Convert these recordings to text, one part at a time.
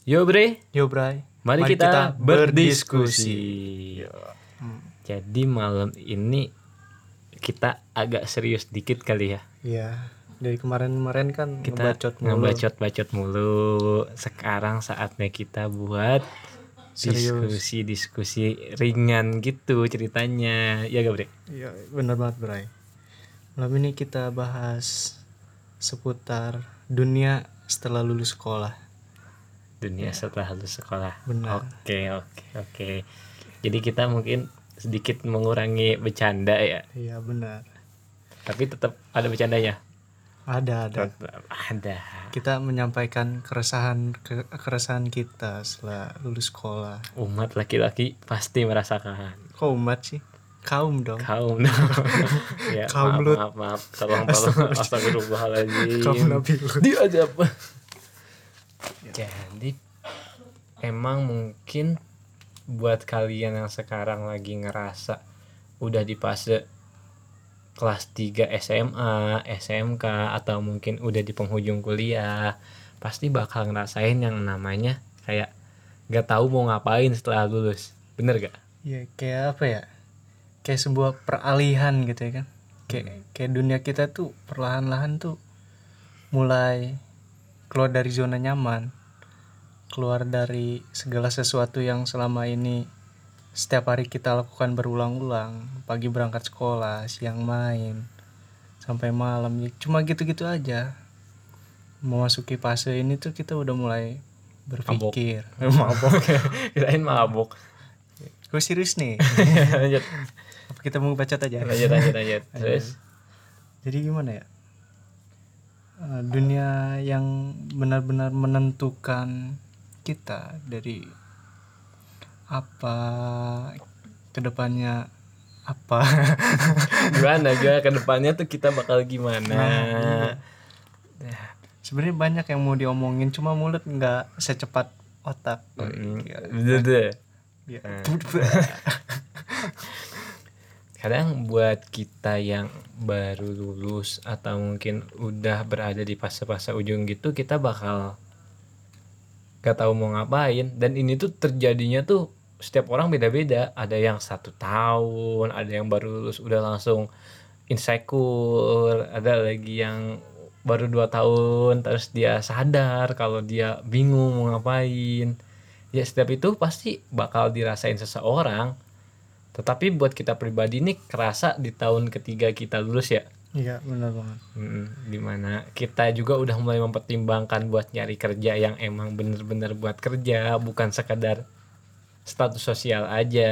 Yo bre, Yo Bray, mari kita berdiskusi. Yo. Jadi malam ini kita agak serius dikit kali ya. Iya, dari kemarin-kemarin kan Kita ngebacot mulu. Sekarang saatnya kita buat Serius. diskusi ringan gitu ceritanya. Ya gak bre? Iya, bener banget Bray. Malam ini kita bahas seputar dunia setelah lulus sekolah. Dunia setelah lulus sekolah. Benar. Oke. Jadi kita mungkin sedikit mengurangi bercanda ya. Iya benar. Tapi tetap ada bercandanya. Ada. Ada. Kita menyampaikan keresahan kita setelah lulus sekolah. Umat laki-laki pasti merasakan. Kok umat sih? Kaum dong. Kaum ya, Kaum Lut. maaf. Tolong astagfirullahaladzim. Kaum Nabi Lut. Dia aja apa? Jadi emang mungkin buat kalian yang sekarang lagi ngerasa udah di fase kelas 3 SMA, SMK atau mungkin udah di penghujung kuliah, pasti bakal ngerasain yang namanya kayak gak tahu mau ngapain setelah lulus. Bener gak? Ya kayak apa ya? Kayak sebuah peralihan gitu ya kan. Kayak dunia kita tuh perlahan-lahan tuh mulai keluar dari zona nyaman. Keluar dari segala sesuatu yang selama ini setiap hari kita lakukan berulang-ulang. Pagi berangkat sekolah, siang main, sampai malam ya cuma gitu-gitu aja. Memasuki fase ini tuh kita udah mulai berpikir. Mabok. Kirain mabok. Gue serius nih. Lanjut. Apa kita mau bacot aja? Lanjut. Terus Jadi gimana ya? Dunia yang benar-benar menentukan kita dari apa kedepannya apa. gimana ke depannya tuh kita bakal gimana? Iya. Sebenarnya banyak yang mau diomongin, cuma mulut nggak secepat otak. Betul. Ya. Kadang buat kita yang baru lulus atau mungkin udah berada di fase-fase ujung gitu, kita bakal gak tahu mau ngapain. Dan ini tuh terjadinya tuh setiap orang beda-beda. Ada yang 1 tahun, ada yang baru lulus udah langsung insecure, ada lagi yang baru 2 tahun terus dia sadar kalau dia bingung mau ngapain. Ya setiap itu pasti bakal dirasain seseorang. Tetapi buat kita pribadi nih kerasa di tahun ketiga kita lulus ya. Iya benar banget. Dimana kita juga udah mulai mempertimbangkan buat nyari kerja yang emang bener-bener buat kerja, bukan sekadar status sosial aja.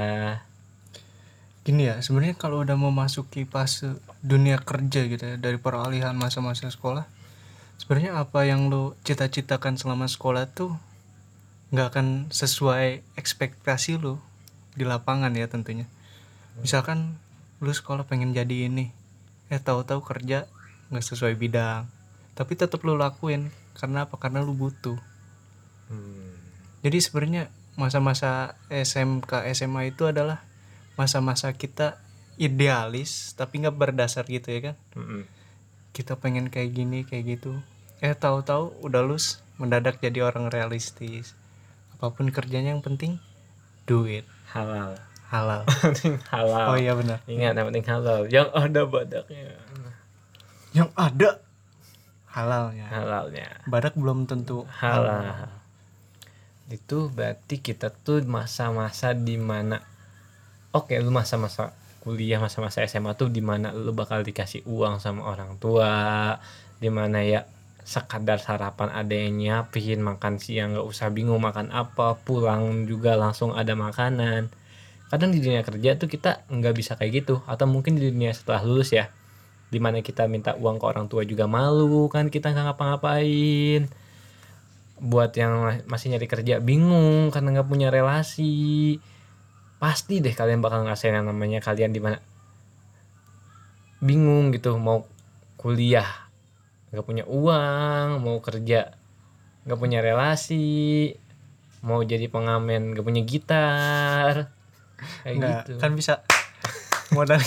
Gini ya, sebenarnya kalau udah memasuki fase dunia kerja gitu ya, dari peralihan masa-masa sekolah, sebenarnya apa yang lo cita-citakan selama sekolah tuh nggak akan sesuai ekspektasi lo di lapangan ya tentunya. Misalkan lu sekolah pengen jadi ini, tahu-tahu kerja nggak sesuai bidang, tapi tetap lu lakuin karena apa? Karena lu butuh. Jadi sebenarnya masa-masa SMK SMA itu adalah masa-masa kita idealis tapi nggak berdasar gitu ya kan. Kita pengen kayak gini kayak gitu, tahu-tahu udah lulus mendadak jadi orang realistis. Apapun kerjanya yang penting duit. Halal. Halal. Oh iya benar. Ingat yang penting halal. Yang ada badaknya. Yang ada halalnya. Badak belum tentu halal. Itu berarti kita tuh masa-masa di mana lu masa-masa kuliah, masa-masa SMA tuh di mana lu bakal dikasih uang sama orang tua, di mana ya sekadar sarapan ada yang nyiapin, makan siang gak usah bingung makan apa, pulang juga langsung ada makanan. Kadang di dunia kerja tuh kita nggak bisa kayak gitu, atau mungkin di dunia setelah lulus ya, dimana kita minta uang ke orang tua juga malu kan, kita nggak ngapa-ngapain. Buat yang masih nyari kerja bingung karena nggak punya relasi, pasti deh kalian bakal ngerasain yang namanya kalian dimana bingung gitu, mau kuliah nggak punya uang, mau kerja nggak punya relasi, mau jadi pengamen nggak punya gitar. Kayak nggak, gitu kan bisa modal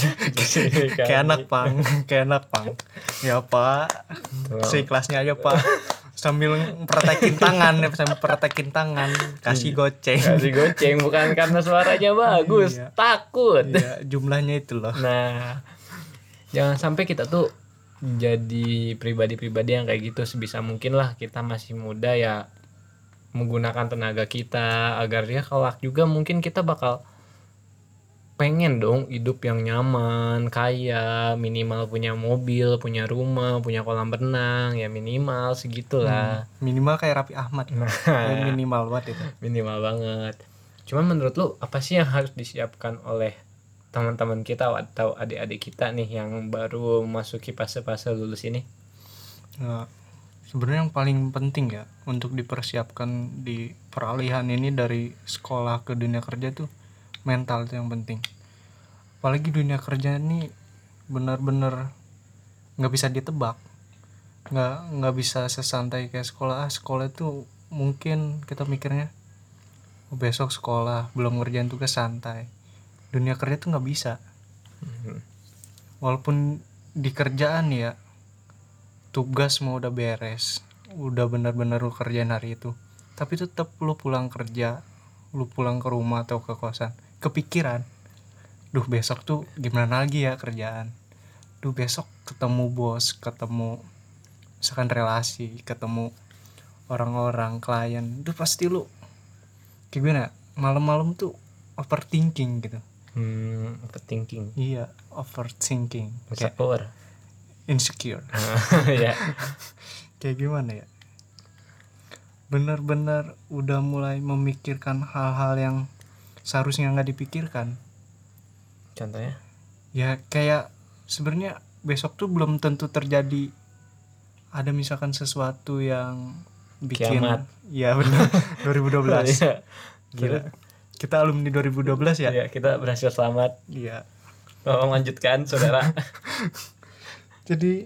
kayak anak pang ya pak, seikhlasnya aja pak, sambil praktekin tangan kasih goceng. Kasih goceng bukan karena suaranya bagus, Iya. takut. Iya, jumlahnya itu loh. Nah, jangan sampai kita tuh jadi pribadi-pribadi yang kayak gitu. Sebisa mungkin lah kita masih muda ya, menggunakan tenaga kita agar ya kelak juga mungkin kita bakal pengen dong hidup yang nyaman, kaya, minimal punya mobil, punya rumah, punya kolam renang, ya minimal segitulah. Minimal kayak Raffi Ahmad. Minimal banget itu. Minimal banget. Cuman menurut lu apa sih yang harus disiapkan oleh teman-teman kita atau adik-adik kita nih yang baru masuki fase-fase lulus ini? Nah, sebenarnya yang paling penting ya untuk dipersiapkan di peralihan ini dari sekolah ke dunia kerja tuh mental itu yang penting. Apalagi dunia kerja ini benar-benar nggak bisa ditebak, nggak bisa sesantai kayak sekolah. Sekolah itu mungkin kita mikirnya besok sekolah belum ngerjain tugas santai. Dunia kerja tuh nggak bisa. Walaupun di kerjaan ya tugas mau udah beres, udah benar-benar lu kerjain hari itu, tapi tetap lu pulang kerja, lu pulang ke rumah atau ke kosan kepikiran, duh besok tuh gimana lagi ya kerjaan, duh besok ketemu bos, ketemu misalkan relasi, ketemu orang-orang klien, duh pasti lu kayak gimana malam-malam tuh overthinking gitu. Overthinking. Iya, overthinking, kayak Insecure. insecure. Ya. Kayak gimana ya, benar-benar udah mulai memikirkan hal-hal yang seharusnya nggak dipikirkan. Contohnya? Ya kayak sebenarnya besok tuh belum tentu terjadi, ada misalkan sesuatu yang bikin Kiamat. ya benar. 2012 Iya. gila, kita alumni 2012 ya. Ya, kita berhasil selamat. Iya. Tolong lanjutkan, saudara. Jadi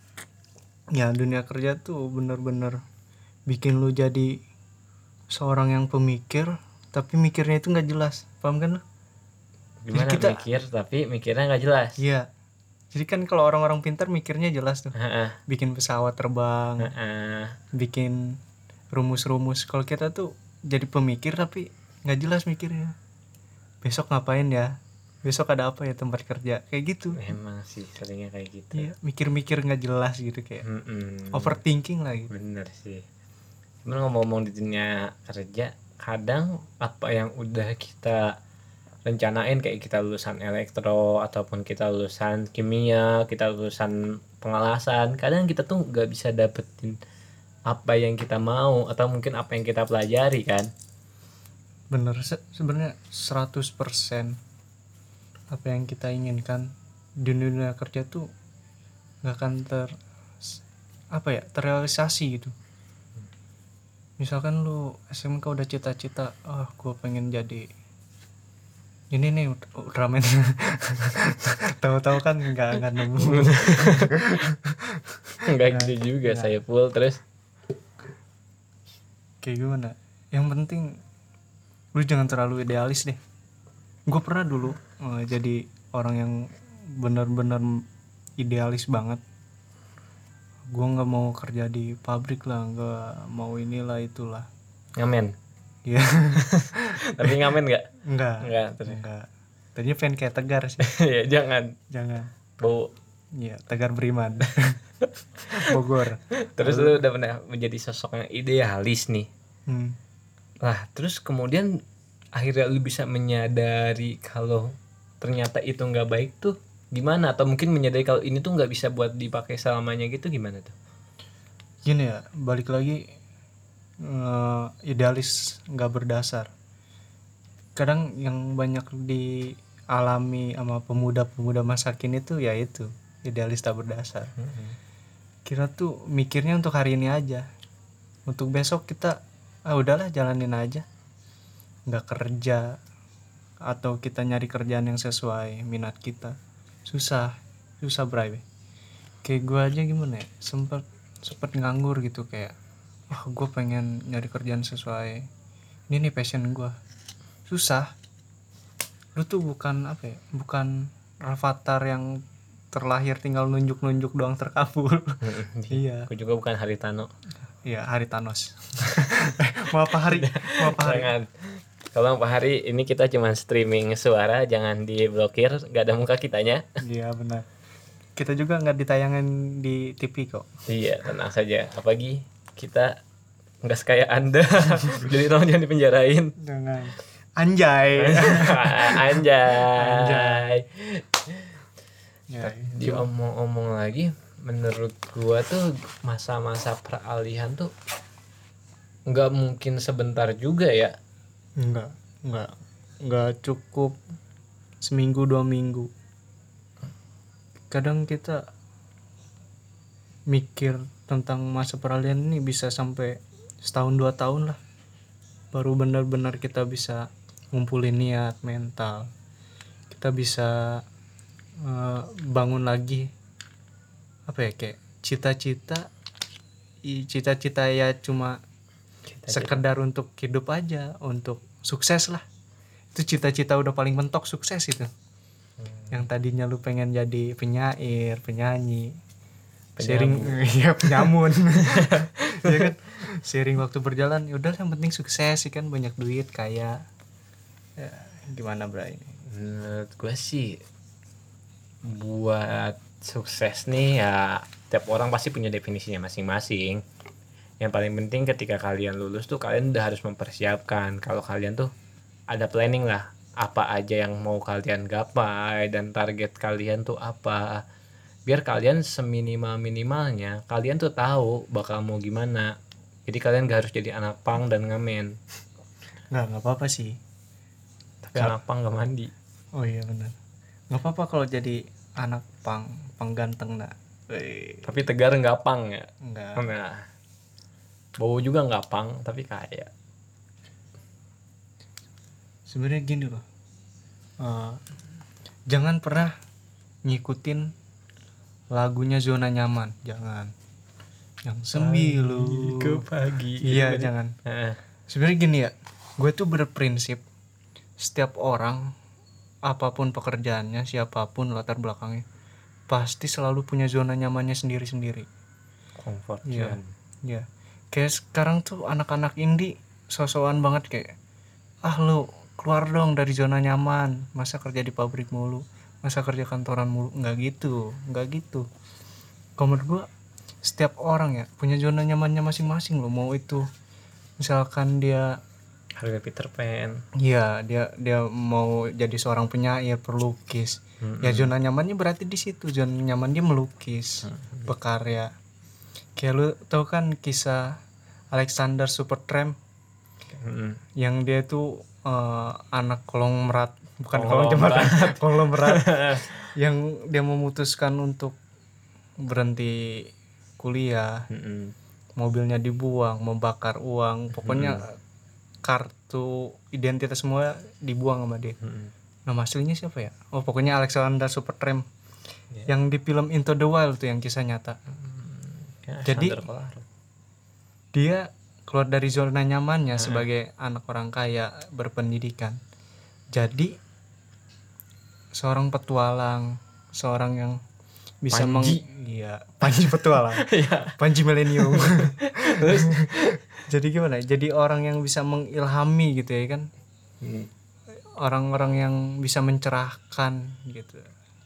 ya dunia kerja tuh benar-benar bikin lu jadi seorang yang pemikir, tapi mikirnya itu nggak jelas, paham kan lu? Gimana kita- mikir tapi mikirnya nggak jelas. Iya. Jadi kan kalau orang-orang pintar mikirnya jelas tuh, Heeh. bikin pesawat terbang, Heeh. bikin rumus-rumus. Kalau kita tuh jadi pemikir tapi nggak jelas mikirnya. Besok ngapain ya? Besok ada apa ya tempat kerja? Kayak gitu. Emang sih seringnya kayak gitu. Iya, mikir-mikir nggak jelas gitu, kayak overthinking lah gitu. Bener sih. Cuman ngomong-ngomong di dunia kerja, kadang apa yang udah kita rencanain, kayak kita lulusan elektro ataupun kita lulusan kimia, kita lulusan pengelasan, kadang kita tuh nggak bisa dapetin apa yang kita mau atau mungkin apa yang kita pelajari kan. Bener, sebenarnya 100% apa yang kita inginkan di dunia kerja tuh nggak akan terrealisasi gitu. Misalkan lu SMK udah cita-cita, gue pengen jadi ini nih Ultraman. Tahu-tahu kan nggak nemu. Nggak gitu juga saya full terus. Kayak gimana? Yang penting lu jangan terlalu idealis deh. Gue pernah dulu jadi orang yang benar-benar idealis banget. Gue nggak mau kerja di pabrik lah, nggak mau inilah itulah. Ngamen. Iya. Tapi ngamen nggak? Enggak. Terus. Enggak. Tadinya pengen kayak Tegar sih. Ya jangan. Bau. Iya, Tegar Beriman. Bogor. Terus lu udah pernah menjadi sosok yang idealis nih. Lah terus kemudian akhirnya lu bisa menyadari kalau ternyata itu nggak baik tuh gimana? Atau mungkin menyadari kalau ini tuh nggak bisa buat dipakai selamanya gitu, gimana tuh? Gini ya, balik lagi, idealis nggak berdasar. Kadang yang banyak dialami sama pemuda-pemuda masa kini tuh ya itu, idealis tak berdasar. Kira tuh mikirnya untuk hari ini aja, untuk besok kita udahlah jalanin aja, nggak kerja atau kita nyari kerjaan yang sesuai minat kita, susah bray. Kayak gue aja gimana ya, sempet nganggur gitu, kayak gue pengen nyari kerjaan sesuai ini nih passion gue, susah. Lu tuh bukan bukan avatar yang terlahir tinggal nunjuk doang terkabul. Iya. Aku juga bukan Haritano. Iya, hari Thanos. Mau apa hari? Jangan. Kalau Pak Hari ini kita cuma streaming suara, jangan diblokir, nggak ada muka kitanya. Iya benar. Kita juga nggak ditayangin di TV kok. Iya, tenang saja. Apalagi kita nggak sekaya Anda. Jadi tolong jangan dipenjarain. Jangan. Anjay. Anjay. Ya, Diomong-omong lagi, menurut gua tuh masa-masa peralihan tuh nggak mungkin sebentar juga ya. Enggak cukup seminggu 2 minggu. Kadang kita mikir tentang masa peralihan ini bisa sampai setahun 2 tahun lah, baru benar-benar kita bisa ngumpulin niat mental, kita bisa bangun lagi apa ya, kayak cita-cita ya cuma sekedar untuk hidup aja, untuk sukses lah. Itu cita-cita udah paling mentok, sukses itu. Yang tadinya lu pengen jadi penyair, penyanyi, sering ya penyamun. Ya kan, sering waktu berjalan ya udah yang penting sukses sih kan, banyak duit, kaya. Ya, gimana Bray? Menurut gue sih buat sukses nih ya tiap orang pasti punya definisinya masing-masing. Yang paling penting ketika kalian lulus tuh kalian udah harus mempersiapkan kalau kalian tuh ada planning lah, apa aja yang mau kalian gapai dan target kalian tuh apa, biar kalian seminimal-minimalnya kalian tuh tahu bakal mau gimana. Jadi kalian gak harus jadi anak pang dan ngamen. Nggak apa-apa sih. Tapi anak pang gak mandi. Oh iya benar. Nggak apa-apa kalau jadi anak pang ganteng nak. Tapi tegar gak pang ya. Enggak. Nah, bau juga gak pang tapi kaya. Sebenarnya gini loh. Jangan pernah ngikutin lagunya Zona Nyaman, jangan. Yang sembilu ke pagi. Iya jangan. Sebenarnya gini ya, gue tuh berprinsip setiap orang apapun pekerjaannya, siapapun latar belakangnya, pasti selalu punya zona nyamannya sendiri-sendiri. Comfort Iya. zone. Iya. Kayak sekarang tuh anak-anak indie sosokan banget, kayak lu keluar dong dari zona nyaman, masa kerja di pabrik mulu, masa kerja kantoran mulu. Nggak gitu. Kalau menurut gue setiap orang ya punya zona nyamannya masing-masing loh. Mau itu misalkan dia Harga Peter Pan. iya dia mau jadi seorang penyair, pelukis, ya zona nyamannya berarti di situ. Zona nyaman dia melukis, berkarya. Kayak lu tau kan kisah Alexander Supertramp yang dia tuh anak konglomerat, bukan konglomerat, konglomerat yang dia memutuskan untuk berhenti kuliah, mobilnya dibuang, membakar uang, pokoknya kartu identitas semua dibuang sama dia. Nama aslinya siapa ya? Oh pokoknya Alexander Supertramp. Yang di film Into the Wild tuh yang kisah nyata. Jadi dia keluar dari zona nyamannya sebagai anak orang kaya berpendidikan. Jadi seorang petualang, seorang yang bisa Panji petualang. Panji milenium. Terus jadi gimana? Jadi orang yang bisa mengilhami gitu ya kan. Orang-orang yang bisa mencerahkan gitu.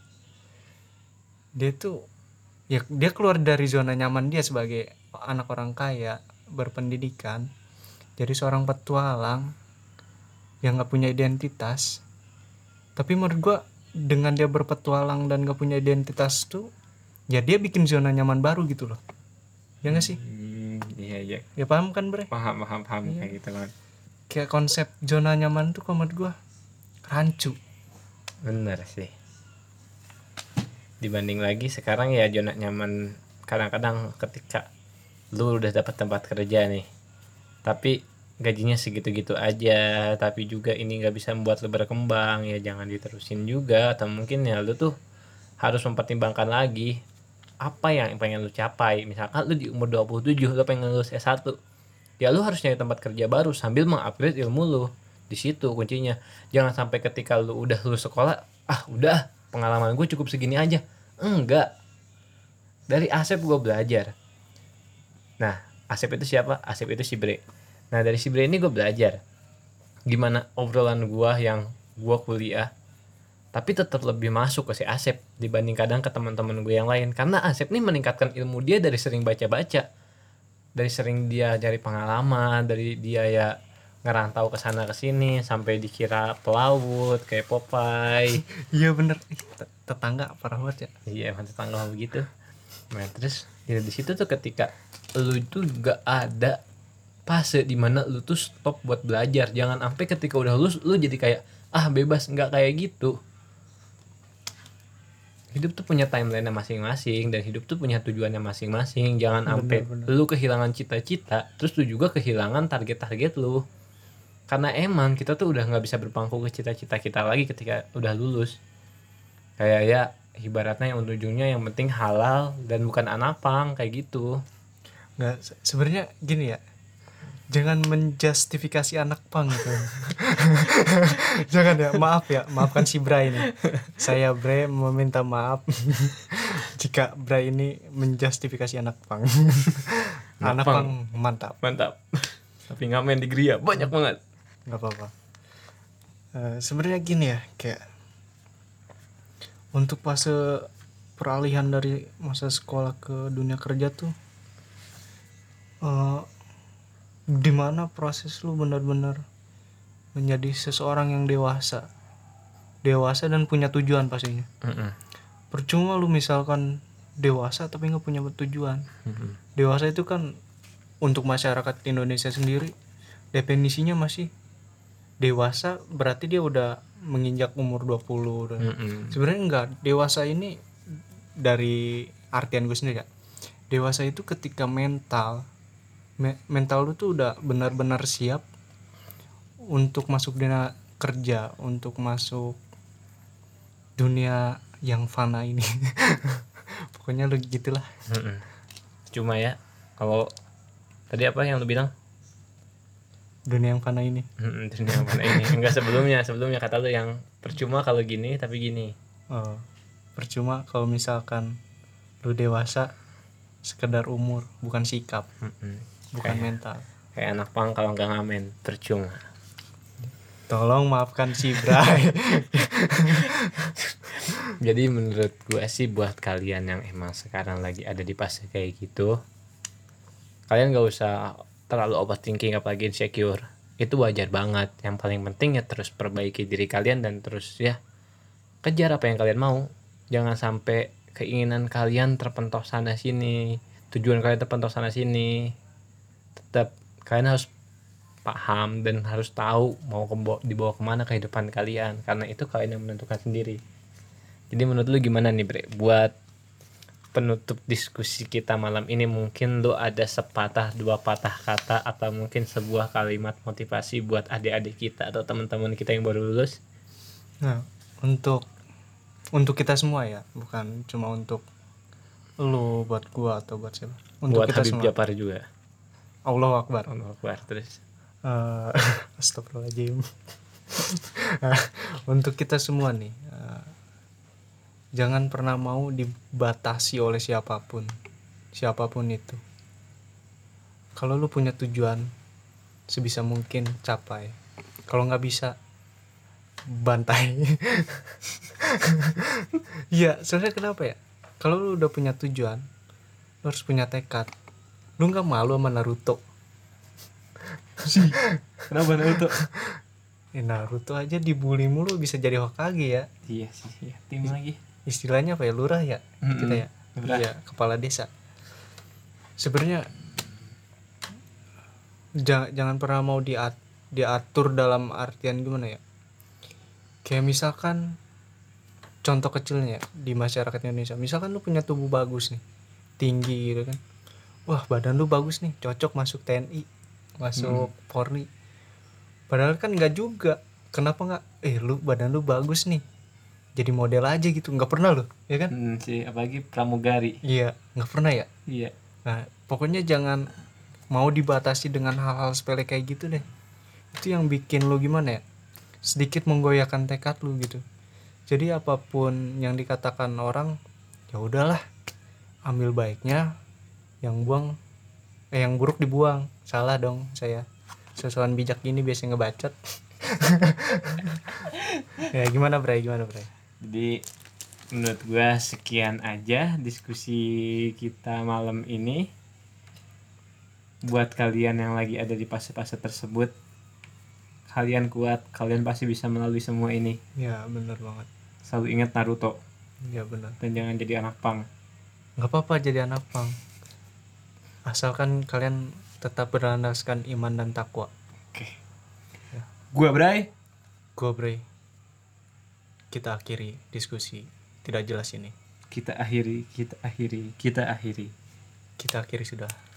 Dia tuh ya dia keluar dari zona nyaman dia sebagai anak orang kaya berpendidikan, jadi seorang petualang yang nggak punya identitas. Tapi menurut gua dengan dia berpetualang dan nggak punya identitas tuh, ya dia bikin zona nyaman baru gitu loh. Ya nggak sih? Iya. Ya paham kan Bre? Paham kayak gitu kan. Kayak konsep zona nyaman tuh menurut gua rancu. Bener sih. Dibanding lagi sekarang ya zona nyaman kadang-kadang ketika lu udah dapat tempat kerja nih, tapi gajinya segitu-gitu aja, tapi juga ini nggak bisa membuat lu berkembang, ya jangan diterusin juga. Atau mungkin ya lu tuh harus mempertimbangkan lagi apa yang pengen lu capai. Misalkan lu di umur 27 lu pengen lulus S1, ya lu harus nyari tempat kerja baru sambil mengupgrade ilmu lu. Di situ kuncinya. Jangan sampai ketika lu udah lulus sekolah, udah pengalaman gue cukup segini aja. Enggak. Dari Asep gue belajar. Nah, Asep itu siapa? Asep itu si Bre. Nah dari si Bre ini gue belajar gimana obrolan gue yang gue kuliah tapi tetap lebih masuk ke si Asep dibanding kadang ke teman-teman gue yang lain, karena Asep nih meningkatkan ilmu dia dari sering baca-baca, dari sering dia cari pengalaman, dari dia ya ngerantau ke sana ke sini sampai dikira pelaut kayak Popeye. Iya bener. Tetangga parah banget ya. Iya emang tetangga begitu. Nah terus ya di situ tuh ketika lu itu gak ada fase dimana lu tuh stop buat belajar, jangan sampai ketika udah lulus lu jadi kayak bebas, nggak kayak gitu. Hidup tuh punya timeline masing-masing dan hidup tuh punya tujuannya masing-masing. Jangan sampai Bener. lu kehilangan cita-cita terus lu juga kehilangan target-target lu, karena emang kita tuh udah nggak bisa berpangku ke cita-cita kita lagi ketika udah lulus. Kayak ya ibaratnya yang ujungnya yang penting halal dan bukan anak pang kayak gitu. Nggak, sebenarnya gini ya, jangan menjustifikasi anak pang gitu. Jangan ya, maafkan si Bray ini. Saya Bray meminta maaf jika Bray ini menjustifikasi anak pang. Anak pang mantap. Tapi ngamen di Gria banyak banget. Nggak apa-apa. Sebenarnya gini ya, kayak untuk fase peralihan dari masa sekolah ke dunia kerja tuh dimana proses lu benar-benar menjadi seseorang yang dewasa dan punya tujuan pastinya. Percuma lu misalkan dewasa tapi nggak punya tujuan. Dewasa itu kan untuk masyarakat Indonesia sendiri definisinya masih dewasa berarti dia udah menginjak umur 20 udah. Sebenarnya enggak, dewasa ini dari artian gue sendiri ya, dewasa itu ketika mental lu tuh udah benar-benar siap untuk masuk dunia kerja, untuk masuk dunia yang fana ini. Pokoknya lu gitulah. Cuma ya kalau tadi apa yang lu bilang, dunia yang fana ini. Dunia yang fana ini enggak, sebelumnya kata lu yang percuma kalau gini tapi gini. Percuma kalau misalkan lu dewasa sekedar umur, bukan sikap, bukan kayak, mental. Kayak anak pang kalau nggak ngamen percuma. Tolong maafkan si Bray. Jadi menurut gue sih buat kalian yang emang sekarang lagi ada di fase kayak gitu, kalian gak usah terlalu overthinking apalagi insecure. Itu wajar banget. Yang paling penting ya terus perbaiki diri kalian dan terus ya kejar apa yang kalian mau. Jangan sampai keinginan kalian terpentok sana sini, tujuan kalian terpentok sana sini. Tetap kalian harus paham dan harus tahu mau dibawa kemana kehidupan kalian, karena itu kalian yang menentukan sendiri. Jadi menurut lu gimana nih Bre, buat penutup diskusi kita malam ini? Mungkin lu ada sepatah dua patah kata atau mungkin sebuah kalimat motivasi buat adik-adik kita atau teman-teman kita yang baru lulus. Nah, untuk kita semua ya, bukan cuma untuk lu, buat gua atau buat siapa, untuk buat kita Habib semua. Japar juga. Allahu Akbar. Terus Astagfirullahaladzim. Untuk kita semua nih, jangan pernah mau dibatasi oleh siapapun itu. Kalau lu punya tujuan, sebisa mungkin capai. Kalau nggak bisa, bantai. Iya, soalnya kenapa ya, kalau lu udah punya tujuan, lu harus punya tekad. Lu nggak malu sama Naruto? kenapa Naruto? Naruto aja dibully mulu bisa jadi Hokage ya. Iya sih ya, tim lagi Istilahnya apa ya, lurah ya kita ya. Iya, kepala desa. Sebenarnya jangan pernah mau diatur dalam artian gimana ya, kayak misalkan contoh kecilnya ya, di masyarakat Indonesia, misalkan lu punya tubuh bagus nih, tinggi gitu kan, wah badan lu bagus nih, cocok masuk TNI, masuk Polri. Padahal kan nggak juga. Kenapa nggak lu badan lu bagus nih, jadi model aja gitu? Nggak pernah lo ya kan? sih, apalagi pramugari. Iya, nggak pernah ya. Iya. Nah pokoknya jangan mau dibatasi dengan hal-hal sepele kayak gitu deh. Itu yang bikin lu gimana ya, sedikit menggoyahkan tekad lu gitu. Jadi apapun yang dikatakan orang, ya udahlah, ambil baiknya, yang buang yang buruk dibuang. Salah dong saya. Sosokan bijak gini biasanya ngebacot. Ya gimana Bray? Jadi menurut gua sekian aja diskusi kita malam ini. Buat kalian yang lagi ada di fase-fase tersebut, kalian kuat, kalian pasti bisa melalui semua ini. Ya benar banget. Selalu ingat Naruto Ya benar. dan jangan jadi anak pang. Nggak apa-apa jadi anak pang. Asalkan kalian tetap berlandaskan iman dan takwa. Oke. Gua Bray. Gua Bray. Kita akhiri diskusi tidak jelas ini. Kita akhiri. Kita akhiri sudah.